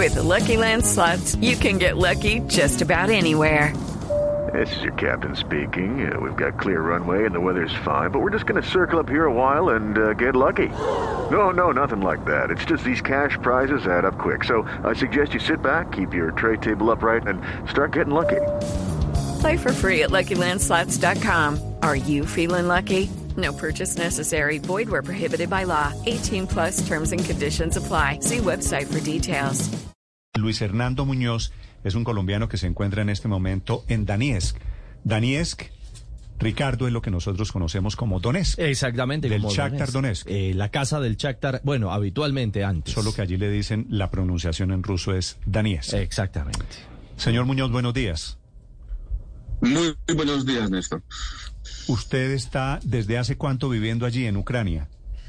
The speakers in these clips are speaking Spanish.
With the Lucky Land Slots, you can get lucky just about anywhere. This is your captain speaking. We've got clear runway and the weather's fine, but we're just going to circle up here a while and get lucky. No, nothing like that. It's just these cash prizes add up quick. So I suggest you sit back, keep your tray table upright, and start getting lucky. Play for free at LuckyLandSlots.com. Are you feeling lucky? No purchase necessary. Void where prohibited by law. 18 plus terms and conditions apply. See website for details. Luis Hernando Muñoz es un colombiano que se encuentra en este momento en Donetsk. Donetsk, Ricardo, es lo que nosotros conocemos como Donetsk. Exactamente. Del como Shakhtar Donetsk. La casa del Shakhtar, bueno, habitualmente antes. Solo que allí le dicen, la pronunciación en ruso es Donetsk. Exactamente. Señor Muñoz, buenos días. Muy buenos días, Néstor. ¿Usted está desde hace cuánto viviendo allí en Ucrania?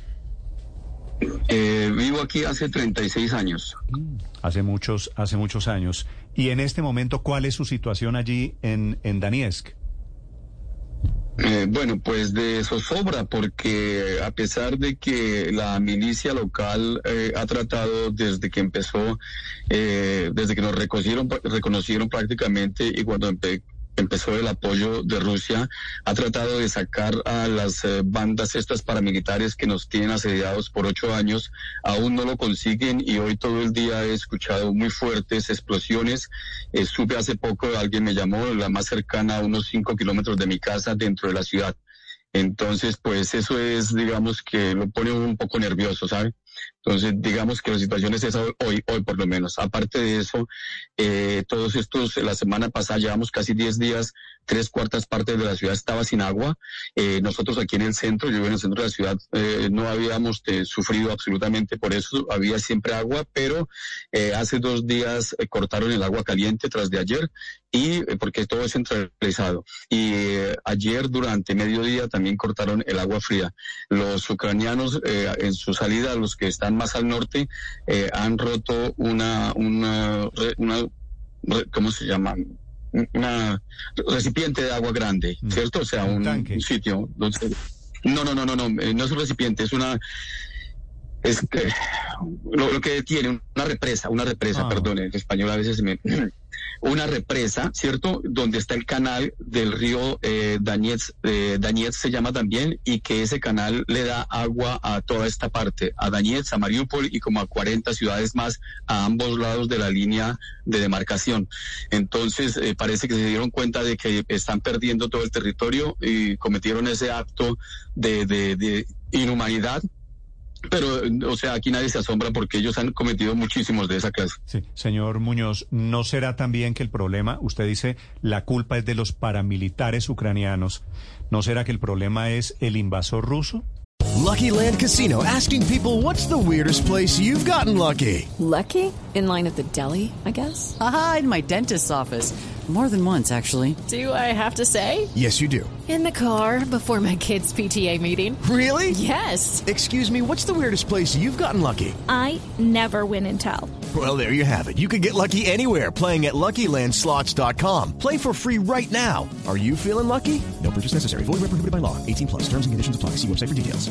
Vivo aquí hace 36 años. Hace muchos años. Y en este momento, ¿cuál es su situación allí en Donetsk? Bueno, pues de zozobra, porque a pesar de que la milicia local ha tratado desde que empezó, desde que nos reconocieron prácticamente y cuando empezó el apoyo de Rusia, ha tratado de sacar a las bandas estas paramilitares que nos tienen asediados por 8 años, aún no lo consiguen y hoy todo el día he escuchado muy fuertes explosiones. Supe hace poco, alguien me llamó, la más cercana a unos 5 kilómetros de mi casa dentro de la ciudad. Entonces, pues eso es, digamos, que lo pone un poco nervioso, ¿sabe? Entonces, digamos que la situación es esa hoy por lo menos. Aparte de eso, todos estos, la semana pasada llevamos casi 10 días, 3/4 partes de la ciudad estaba sin agua. Nosotros aquí en el centro, yo vivo en el centro de la ciudad, no habíamos sufrido absolutamente por eso, había siempre agua, pero hace 2 días cortaron el agua caliente tras de ayer, y porque todo es centralizado. Y ayer durante mediodía también cortaron el agua fría. Los ucranianos en su salida, los que están más al norte, han roto una ¿cómo se llama? Una recipiente de agua grande, ¿cierto? O sea, un sitio donde... No es un recipiente, es que lo que tiene una represa, perdón, en español a veces una represa, ¿cierto? Donde está el canal del río Donetsk se llama también, y que ese canal le da agua a toda esta parte, a Donetsk, a Mariupol y como a 40 ciudades más a ambos lados de la línea de demarcación. Entonces parece que se dieron cuenta de que están perdiendo todo el territorio y cometieron ese acto de inhumanidad. Pero, o sea, aquí nadie se asombra porque ellos han cometido muchísimos de esa clase. Sí, señor Muñoz, ¿no será también que el problema, usted dice, la culpa es de los paramilitares ucranianos, ¿no será que el problema es el invasor ruso? Lucky Land Casino, asking people, what's the weirdest place you've gotten lucky? Lucky? In line at the deli, I guess? Aha, in my dentist's office. More than once, actually. Do I have to say? Yes, you do. In the car before my kids' PTA meeting. Really? Yes. Excuse me, what's the weirdest place you've gotten lucky? I never win and tell. Well, there you have it. You can get lucky anywhere, playing at LuckyLandSlots.com. Play for free right now. Are you feeling lucky? No purchase necessary. Void where prohibited by law. 18 plus. Terms and conditions apply. See website for details.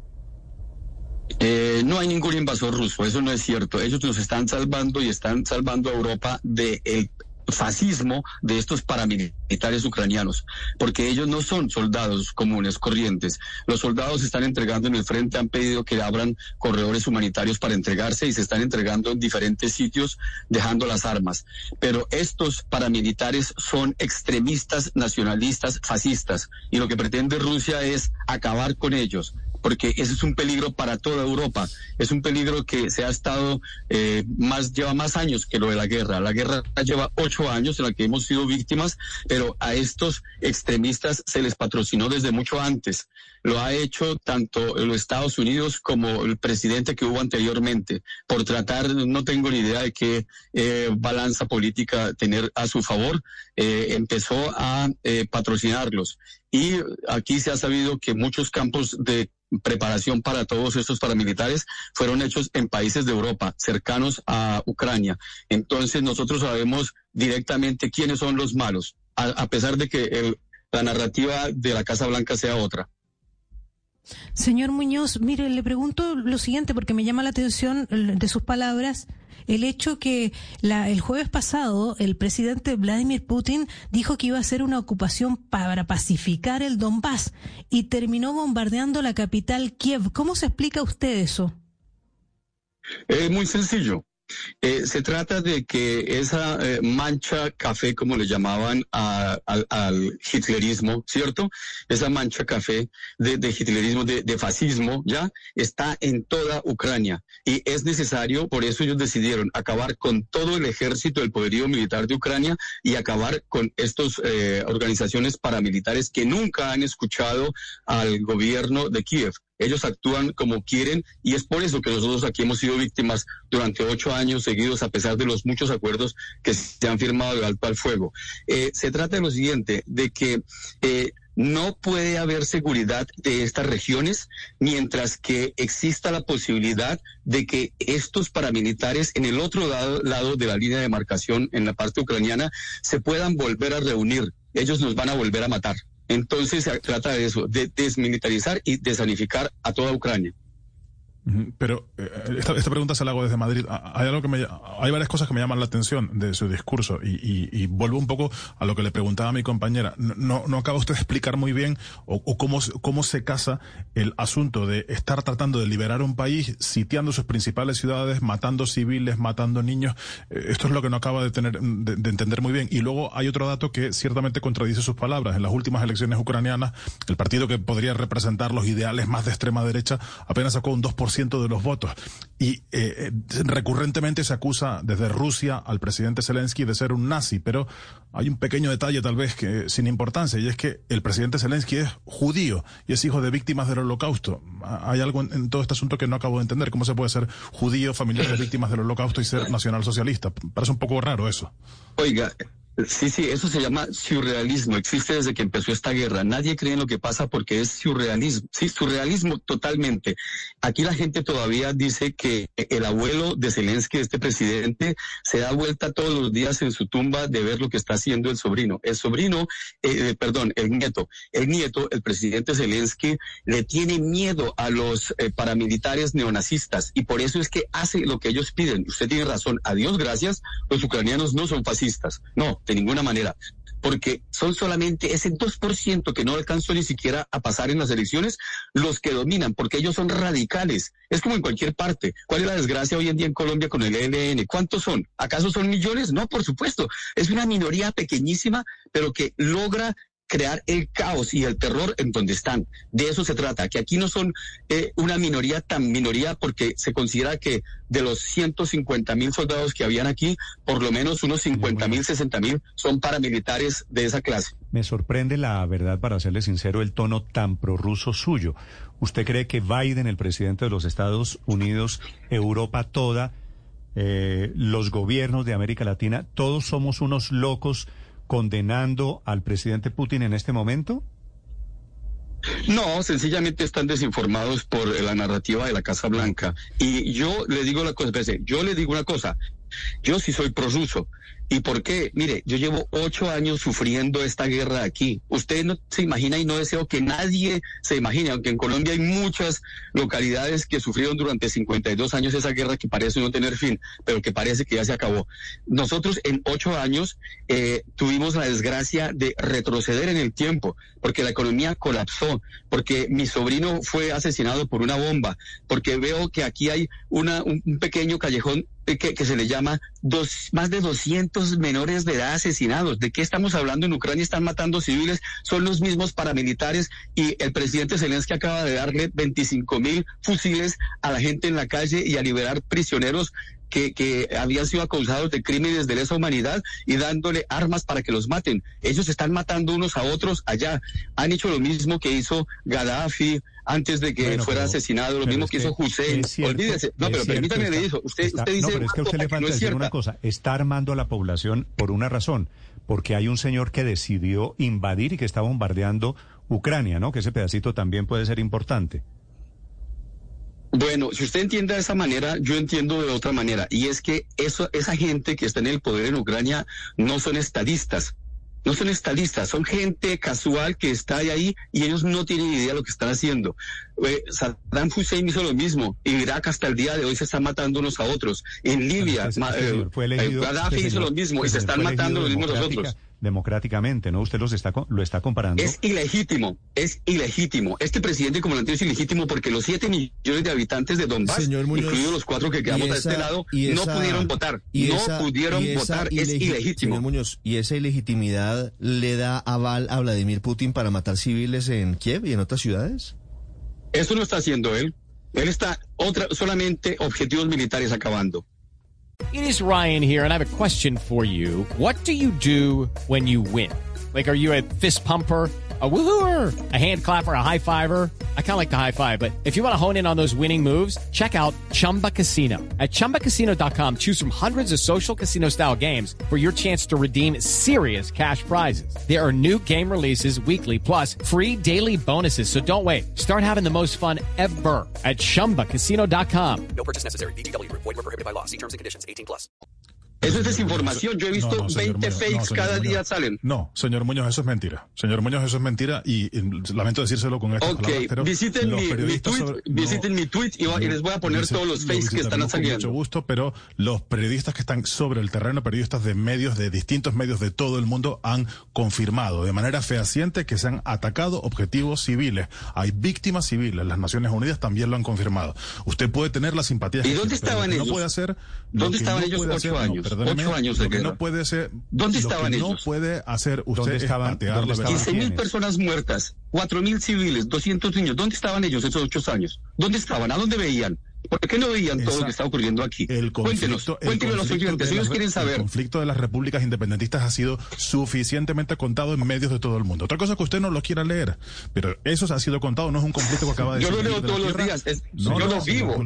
No hay ningún invasor ruso, eso no es cierto. Ellos nos están salvando y están salvando a Europa del fascismo de estos paramilitares ucranianos, porque ellos no son soldados comunes, corrientes. Los soldados se están entregando en el frente, han pedido que abran corredores humanitarios para entregarse y se están entregando en diferentes sitios dejando las armas. Pero estos paramilitares son extremistas, nacionalistas, fascistas, y lo que pretende Rusia es acabar con ellos, porque ese es un peligro para toda Europa. Es un peligro que se ha estado lleva más años que lo de la guerra. La guerra lleva 8 años en la que hemos sido víctimas, pero a estos extremistas se les patrocinó desde mucho antes. Lo ha hecho tanto los Estados Unidos como el presidente que hubo anteriormente, por tratar, no tengo ni idea de qué balanza política tener a su favor, empezó a patrocinarlos. Y aquí se ha sabido que muchos campos de preparación para todos estos paramilitares fueron hechos en países de Europa, cercanos a Ucrania. Entonces nosotros sabemos directamente quiénes son los malos, a pesar de que la narrativa de la Casa Blanca sea otra. Señor Muñoz, mire, le pregunto lo siguiente porque me llama la atención de sus palabras el hecho que el jueves pasado el presidente Vladimir Putin dijo que iba a hacer una ocupación para pacificar el Donbass y terminó bombardeando la capital Kiev. ¿Cómo se explica usted eso? Muy sencillo. Se trata de que esa mancha café, como le llamaban al hitlerismo, ¿cierto? Esa mancha café de hitlerismo, de fascismo, ya está en toda Ucrania. Y es necesario, por eso ellos decidieron acabar con todo el ejército, el poderío militar de Ucrania y acabar con estas organizaciones paramilitares que nunca han escuchado al gobierno de Kiev. Ellos actúan como quieren y es por eso que nosotros aquí hemos sido víctimas durante 8 años seguidos a pesar de los muchos acuerdos que se han firmado de alto al fuego. Se trata de lo siguiente, de que no puede haber seguridad de estas regiones mientras que exista la posibilidad de que estos paramilitares en el otro lado de la línea de demarcación en la parte ucraniana se puedan volver a reunir. Ellos nos van a volver a matar. Entonces se trata de eso, de desmilitarizar y desanificar a toda Ucrania. Pero esta pregunta se la hago desde Madrid. Hay varias cosas que me llaman la atención de su discurso y vuelvo un poco a lo que le preguntaba a mi compañera. No acaba usted de explicar muy bien o cómo se casa el asunto de estar tratando de liberar un país, sitiando sus principales ciudades, matando civiles, matando niños. Esto es lo que no acaba de entender muy bien. Y luego hay otro dato que ciertamente contradice sus palabras. En las últimas elecciones ucranianas, el partido que podría representar los ideales más de extrema derecha apenas sacó un 2% de los votos y recurrentemente se acusa desde Rusia al presidente Zelensky de ser un nazi, pero hay un pequeño detalle tal vez que sin importancia y es que el presidente Zelensky es judío y es hijo de víctimas del Holocausto. Hay algo en todo este asunto que no acabo de entender. ¿Cómo se puede ser judío, familiar de víctimas del Holocausto y ser nacionalsocialista? Parece un poco raro eso. Oiga, sí, eso se llama surrealismo, existe desde que empezó esta guerra, nadie cree en lo que pasa porque es surrealismo, sí, surrealismo totalmente. Aquí la gente todavía dice que el abuelo de Zelensky, este presidente, se da vuelta todos los días en su tumba de ver lo que está haciendo el sobrino. El nieto, el presidente Zelensky, le tiene miedo a los paramilitares neonazistas y por eso es que hace lo que ellos piden. Usted tiene razón, a Dios gracias, los ucranianos no son fascistas, no. De ninguna manera, porque son solamente ese 2% que no alcanzó ni siquiera a pasar en las elecciones los que dominan, porque ellos son radicales. Es como en cualquier parte. ¿Cuál es la desgracia hoy en día en Colombia con el ELN? ¿Cuántos son? ¿Acaso son millones? No, por supuesto. Es una minoría pequeñísima, pero que logra crear el caos y el terror en donde están. De eso se trata, que aquí no son una minoría tan minoría porque se considera que de los 150,000 soldados que habían aquí, por lo menos unos 50,000, 60,000 son paramilitares de esa clase. Me sorprende, la verdad, para serle sincero, el tono tan prorruso suyo. ¿Usted cree que Biden, el presidente de los Estados Unidos, Europa toda, los gobiernos de América Latina, todos somos unos locos condenando al presidente Putin en este momento? No, sencillamente están desinformados por la narrativa de la Casa Blanca. Y yo le digo una cosa, yo sí soy prorruso. ¿Y por qué? Mire, yo llevo 8 años sufriendo esta guerra aquí. Usted no se imagina y no deseo que nadie se imagine, aunque en Colombia hay muchas localidades que sufrieron durante 52 años esa guerra que parece no tener fin, pero que parece que ya se acabó. Nosotros en 8 años tuvimos la desgracia de retroceder en el tiempo, porque la economía colapsó, porque mi sobrino fue asesinado por una bomba, porque veo que aquí hay un pequeño callejón que se le llama más de 200 menores de edad asesinados. ¿De qué estamos hablando? En Ucrania están matando civiles, son los mismos paramilitares y el presidente Zelensky acaba de darle 25,000 fusiles a la gente en la calle y a liberar prisioneros que habían sido acusados de crímenes de lesa humanidad y dándole armas para que los maten. Ellos están matando unos a otros allá. Han hecho lo mismo que hizo Gaddafi antes de que fuera asesinado, lo mismo que hizo Hussein. Olvídese. No, pero permítame de eso. Usted dice... No, pero es que a usted le falta decir una cosa. Está armando a la población por una razón. Porque hay un señor que decidió invadir y que está bombardeando Ucrania, ¿no? Que ese pedacito también puede ser importante. Bueno, si usted entiende de esa manera, yo entiendo de otra manera, y es que esa gente que está en el poder en Ucrania no son estadistas. No son estadistas, son gente casual que está ahí y ellos no tienen idea de lo que están haciendo. Saddam Hussein hizo lo mismo. En Irak hasta el día de hoy se están matando unos a otros. En Libia, Gaddafi hizo lo mismo y se están matando los mismos nosotros. Democráticamente, ¿no? Usted lo está comparando. Es ilegítimo. Este presidente como lo anterior es ilegítimo porque los 7 millones de habitantes de Donbass, incluidos los 4 que quedamos a este lado, no pudieron votar. Es ilegítimo. Señor Muñoz, ¿y esa ilegitimidad le da aval a Vladimir Putin para matar civiles en Kiev y en otras ciudades? Eso no está haciendo él. Él está solamente objetivos militares acabando. It is Ryan here, and I have a question for you. What do you do when you win? Like, are you a fist pumper, a woo-hooer, a hand clapper, a high-fiver? I kind of like the high-five, but if you want to hone in on those winning moves, check out Chumba Casino. At ChumbaCasino.com, choose from hundreds of social casino-style games for your chance to redeem serious cash prizes. There are new game releases weekly, plus free daily bonuses, so don't wait. Start having the most fun ever at ChumbaCasino.com. No purchase necessary. VGW. Void were prohibited by law. See terms and conditions. 18+. Eso es desinformación. Yo he visto 20 fakes cada día salen. No, señor Muñoz, eso es mentira. Señor Muñoz, eso es mentira y lamento decírselo con estas palabras, pero visiten mi tweet y les voy a poner todos los fakes que están saliendo. Con mucho gusto, pero los periodistas que están sobre el terreno, periodistas de medios, de distintos medios de todo el mundo, han confirmado de manera fehaciente que se han atacado objetivos civiles. Hay víctimas civiles. Las Naciones Unidas también lo han confirmado. Usted puede tener la simpatía. ¿Y dónde estaban ellos? No puede hacer. ¿Dónde estaban ellos 8 años? 8 años de guerra. No puede ser. ¿Dónde estaban ellos? No puede hacer usted patear la verdad. 15.000 personas muertas, 4.000 civiles, 200 niños. ¿Dónde estaban ellos esos 8 años? ¿Dónde estaban? ¿A dónde veían? ¿Por qué no veían todo lo que está ocurriendo aquí? Cuéntenos los oyentes, ellos quieren saber. El conflicto de las repúblicas independentistas ha sido suficientemente contado en medios de todo el mundo. Otra cosa que usted no lo quiera leer, pero eso ha sido contado, no es un conflicto que acaba de decir. Yo lo leo todos los días, yo lo vivo,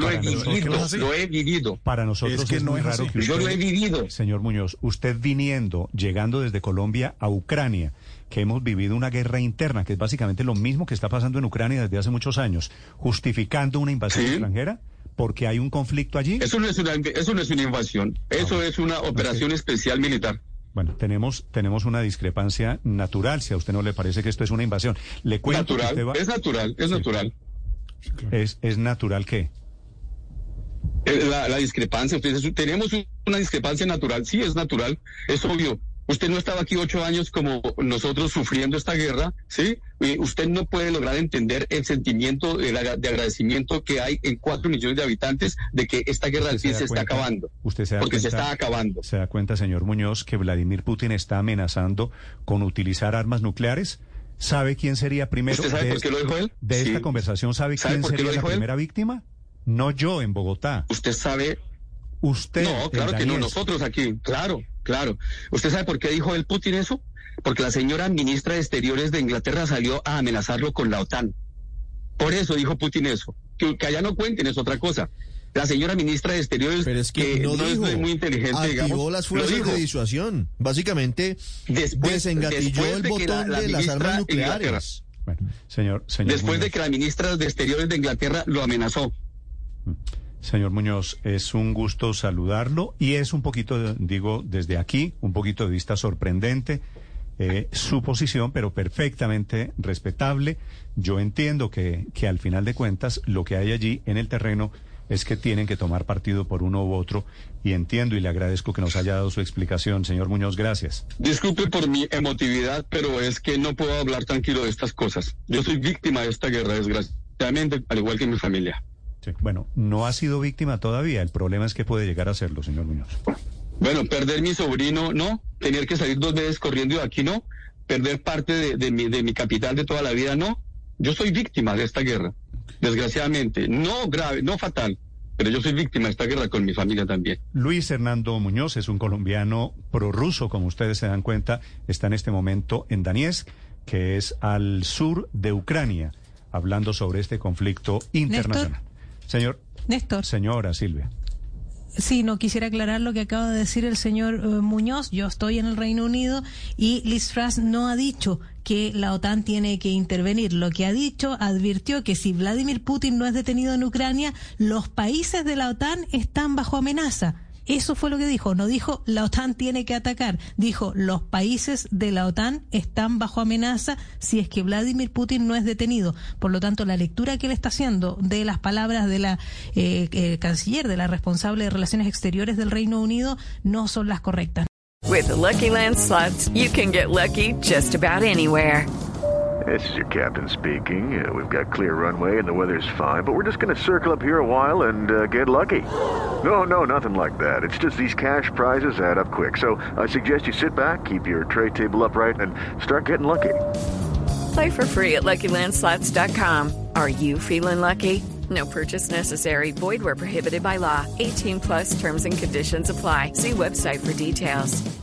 lo he vivido. Para nosotros es muy raro que usted, yo lo he vivido. Señor Muñoz, usted llegando desde Colombia a Ucrania, que hemos vivido una guerra interna, que es básicamente lo mismo que está pasando en Ucrania desde hace muchos años, justificando una invasión extranjera, porque hay un conflicto allí. Eso no es una invasión, eso es una operación especial militar. Bueno, tenemos una discrepancia natural, si a usted no le parece que esto es una invasión. Le cuento natural, es natural. Sí, claro. ¿Es natural qué? La discrepancia, tenemos una discrepancia natural, sí, es natural, es obvio. Usted no estaba aquí 8 años como nosotros sufriendo esta guerra, ¿sí? Y usted no puede lograr entender el sentimiento de agradecimiento que hay en 4 millones de habitantes de que esta guerra al fin se está acabando. Usted se da porque cuenta, se está acabando. ¿Se da cuenta, señor Muñoz, que Vladimir Putin está amenazando con utilizar armas nucleares? ¿Sabe quién sería primero? ¿Usted sabe por qué lo dijo él? De esta conversación, ¿sabe quién sería la primera víctima? No yo en Bogotá. ¿Usted sabe? Usted. No, claro que no, nosotros aquí, claro. ¿Usted sabe por qué dijo el Putin eso? Porque la señora ministra de Exteriores de Inglaterra salió a amenazarlo con la OTAN. Por eso dijo Putin eso. Que allá no cuenten es otra cosa. La señora ministra de Exteriores, pero es que no dijo, es muy inteligente, activó digamos, las fuerzas de disuasión. Básicamente, desengatilló el botón de las armas nucleares. Bueno, señor después Muñoz, de que la ministra de Exteriores de Inglaterra lo amenazó. Señor Muñoz, es un gusto saludarlo y es un poquito, digo, desde aquí, un poquito de vista sorprendente su posición, pero perfectamente respetable. Yo entiendo que al final de cuentas lo que hay allí en el terreno es que tienen que tomar partido por uno u otro y entiendo y le agradezco que nos haya dado su explicación. Señor Muñoz, gracias. Disculpe por mi emotividad, pero es que no puedo hablar tranquilo de estas cosas. Yo soy víctima de esta guerra, desgraciadamente, al igual que mi familia. Sí, bueno, no ha sido víctima todavía. El problema es que puede llegar a serlo, señor Muñoz. Bueno, perder mi sobrino, no. Tener que salir 2 veces corriendo de aquí, no. Perder parte de mi capital de toda la vida, no. Yo soy víctima de esta guerra, desgraciadamente. No grave, no fatal, pero yo soy víctima de esta guerra con mi familia también. Luis Hernando Muñoz es un colombiano prorruso, como ustedes se dan cuenta. Está en este momento en Donetsk, que es al sur de Ucrania, hablando sobre este conflicto internacional. Señora Silvia. Sí, no quisiera aclarar lo que acaba de decir el señor Muñoz. Yo estoy en el Reino Unido y Liz Truss no ha dicho que la OTAN tiene que intervenir. Lo que ha dicho, advirtió que si Vladimir Putin no es detenido en Ucrania, los países de la OTAN están bajo amenaza. Eso fue lo que dijo. No dijo la OTAN tiene que atacar. Dijo los países de la OTAN están bajo amenaza si es que Vladimir Putin no es detenido. Por lo tanto, la lectura que él está haciendo de las palabras de la canciller, de la responsable de Relaciones Exteriores del Reino Unido, no son las correctas. With the Lucky Land Slots, you can get lucky just about anywhere. This is your captain speaking. We've got clear runway and the weather's fine, but we're just going to circle up here a while and get lucky. No, nothing like that. It's just these cash prizes add up quick. So I suggest you sit back, keep your tray table upright, and start getting lucky. Play for free at LuckyLandSlots.com. Are you feeling lucky? No purchase necessary. Void where prohibited by law. 18+ terms and conditions apply. See website for details.